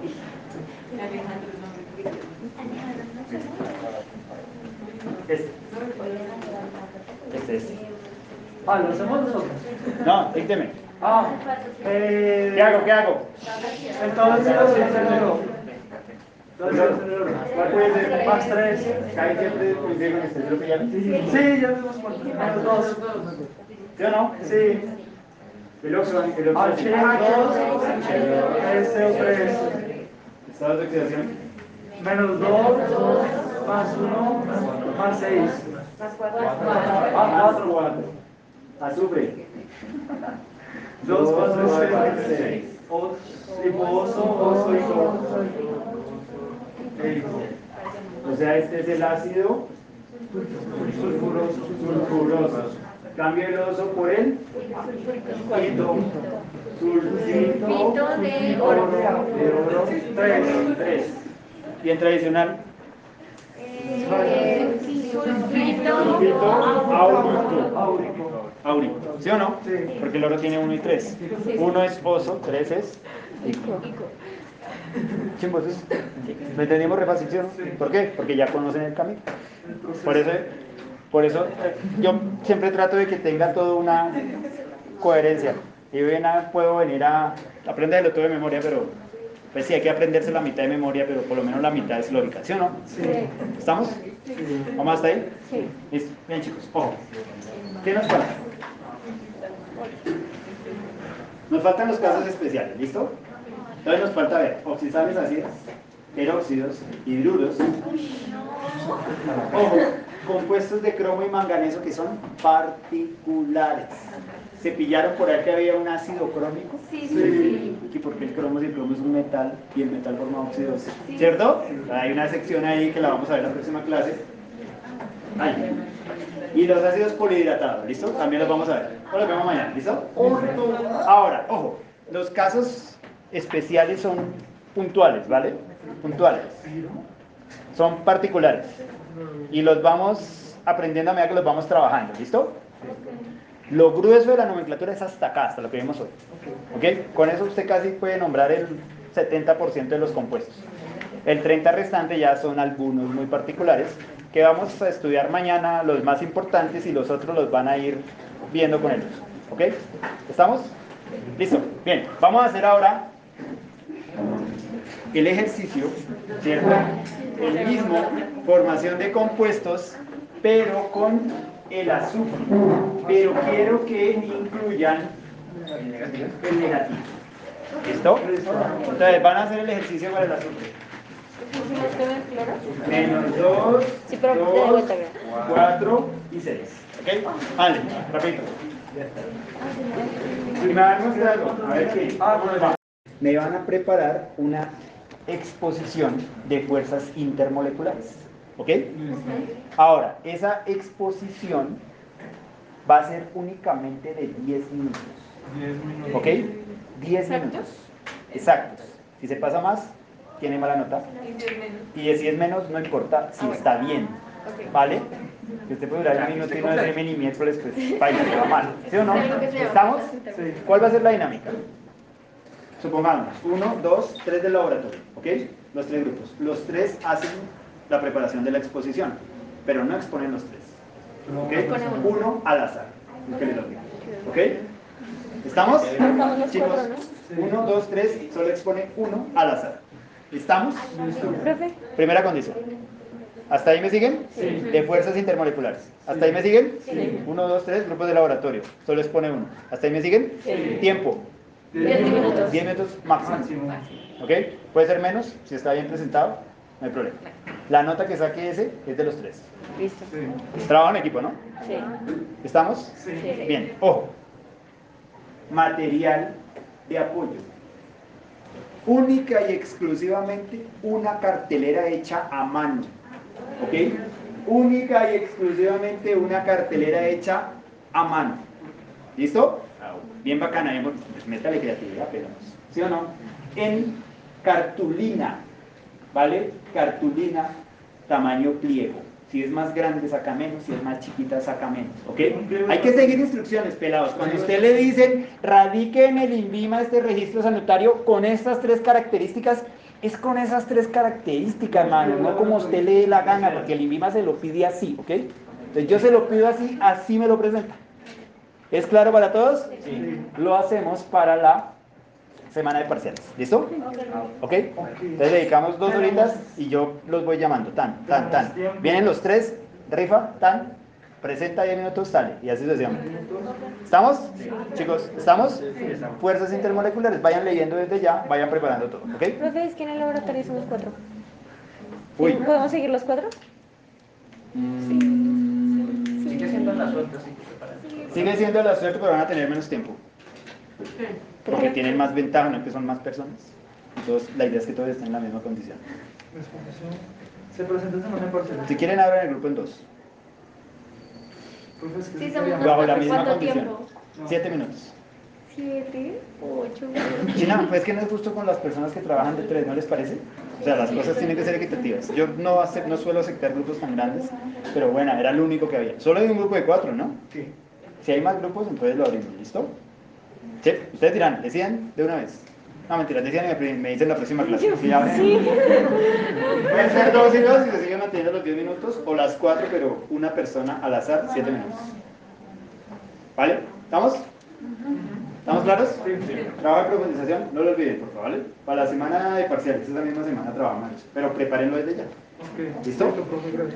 Este. Este es. ah, ¿lo hacemos nosotros? No, dícteme. Ah, eh, ¿Qué hago? ¿Qué hago? entonces lo hacemos en el oro. Lo hacemos en el oro. ¿Cuál puede ser? Max tres. ¿Cae siempre coincide con este otro que ya? Sí, ya vimos cuánto. Menos dos. ¿Sí o no? Sí. El óxido, el óxido. H dos, S O tres. Estados de oxidación. Menos dos, más uno, más seis. Ah, cuatro. cuatro. Azufre. Dos, cuatro, cuatro, seis. seis. Os, hiposo, oso, hipo. E hipo. O sea, este es el ácido Sulfuroso. sulfuroso. Cambio el oso por el Quinto. sulfito Sulfito de Oro. oro. De oro. Tres. tres. Y en tradicional, Eh, sulfito sulfito áurico. Áurico. Áurico. ¿Sí o no? Sí. Porque el oro tiene uno y tres. uno es oso, tres es Ico. chimbos. ¿Sí? ¿Lo entendimos re fácil, ¿sí o no? ¿Por qué? Porque ya conocen el camino. Por eso, por eso eh, yo siempre trato de que tenga toda una coherencia. Y bien, ah, puedo venir a aprenderlo todo de memoria, pero pues sí, hay que aprenderse la mitad de memoria, pero por lo menos la mitad es lógica, ¿sí o no? Sí. ¿Estamos? ¿Vamos hasta ahí? Sí. Listo. Bien, chicos, ojo. ¿Qué nos falta? Nos faltan los casos especiales, ¿listo? Entonces nos falta ver oxidales ácidas, peróxidos, hidruros, ojo, compuestos de cromo y manganeso que son particulares. ¿Se pillaron por ahí que había un ácido crómico? Sí, sí, sí. Y porque el cromo, si el cromo es un metal y el metal forma óxidos, ¿cierto? Hay una sección ahí que la vamos a ver en la próxima clase. Ahí. Y los ácidos polihidratados, ¿listo? También los vamos a ver. O los vemos mañana, ¿listo? Ahora, ojo, los casos especiales son puntuales, ¿vale? Puntuales. Son particulares. Y los vamos aprendiendo a medida que los vamos trabajando, ¿listo? Lo grueso de la nomenclatura es hasta acá, hasta lo que vimos hoy. ¿Ok? Con eso usted casi puede nombrar el setenta por ciento de los compuestos. El treinta por ciento restante ya son algunos muy particulares que vamos a estudiar mañana, los más importantes, y los otros los van a ir viendo con ellos. ¿Ok? ¿Estamos? Listo. Bien, vamos a hacer ahora el ejercicio, ¿cierto? El mismo, formación de compuestos, pero con el azufre. Pero quiero que incluyan el negativo. ¿Listo? Entonces van a hacer el ejercicio para el azufre. ¿Hicimos todo en cloro? Menos dos, Sí, pero de dos, vuelta, ¿verdad? cuatro y seis. ¿Ok? Vale, rapidito. Si me van a mostrar algo, a ver qué. Ah, bueno, Me van a preparar una exposición de fuerzas intermoleculares. ¿Ok? Ahora, esa exposición va a ser únicamente de diez minutos. diez minutos. ¿Ok? diez minutos. Exactos. Si se pasa más, tiene mala nota. Y si es menos, no importa si está bien. ¿Vale? Si usted puede durar un minuto y no decirme ni miércoles, pues baila, te va mal. ¿Sí o no? ¿Estamos? Sí. ¿Cuál va a ser la dinámica? Supongamos, uno, dos, tres del laboratorio, ¿ok? Los tres grupos. Los tres hacen la preparación de la exposición, pero no exponen los tres. ¿Ok? Uno al azar. Que le toque. ¿Ok? ¿Estamos? Estamos los Chicos, cuatro, ¿no? uno, dos, tres, solo expone uno al azar. ¿Estamos? Profe. Primera condición. ¿Hasta ahí me siguen? Sí. De fuerzas intermoleculares. ¿Hasta ahí me siguen? Sí. Uno, dos, tres, grupos de laboratorio. Solo expone uno. ¿Hasta ahí me siguen? Sí. Tiempo. diez minutos. diez minutos máximo. Máximo. ¿Ok? Puede ser menos, si está bien presentado, no hay problema. La nota que saque ese es de los tres. Listo. Sí. Trabajo en equipo, ¿no? Sí. ¿Estamos? Sí. Sí. Bien, ojo. Material de apoyo. Única y exclusivamente una cartelera hecha a mano. ¿Ok? Única y exclusivamente una cartelera hecha a mano. ¿Listo? Bien bacana, bien bonita. Pues métale creatividad, pero ¿sí o no? En cartulina, ¿vale? Cartulina, tamaño pliego. Si es más grande, saca menos. Si es más chiquita, saca menos. ¿Ok? Hay que seguir instrucciones, pelados. Cuando usted le dicen, radique en el INVIMA este registro sanitario con estas tres características, es con esas tres características, hermano, no como usted le dé la gana, porque el INVIMA se lo pide así, ¿ok? Entonces yo se lo pido así, así me lo presenta. ¿Es claro para todos? Sí. Lo hacemos para la semana de parciales. ¿Listo? ¿Ok? Entonces dedicamos dos horitas y yo los voy llamando. Tan, tan, tan. Vienen los tres, rifa, tan, presenta diez minutos, sale. Y así sucesivamente. ¿Estamos? Chicos, ¿estamos? Fuerzas intermoleculares. Vayan leyendo desde ya, vayan preparando todo. ¿Ok? Profe, es que en el laboratorio somos cuatro. Uy. ¿Podemos seguir los cuatro? Mm, Sigue siendo la suerte, así que prepárate. Sigue siendo la suerte, pero van a tener menos tiempo. Porque tienen más ventaja, no que son más personas. Entonces, la idea es que todos estén en la misma condición. Exposición. Se presenta semana de parciales. Si quieren, abran el grupo en dos. Profe, es que Sí, sí somos quería- Bajo la misma ¿Cuánto condición. tiempo? Siete minutos. Siete, ocho. China, pues que no es justo con las personas que trabajan de tres, ¿no les parece? O sea, las cosas tienen que ser equitativas. Yo no, ace- no suelo aceptar grupos tan grandes, pero bueno, era el único que había. Solo hay un grupo de cuatro, ¿no? Sí. Si hay más grupos, entonces lo abrimos, ¿listo? Sí, ustedes dirán, decían de una vez. No, mentira, decían y me, me dicen la próxima clase. Sí, ya ven. Pueden ser dos y dos y se siguen manteniendo los diez minutos, o las cuatro, pero una persona al azar, siete minutos. ¿Vale? ¿Estamos? ¿Estamos claros? Sí, sí. Trabajo de profundización, no lo olviden, por favor, ¿vale? Para la semana de parciales, esta es la misma semana trabajamos, pero prepárenlo desde ya. Ok. ¿Listo? Listo, profe, gracias.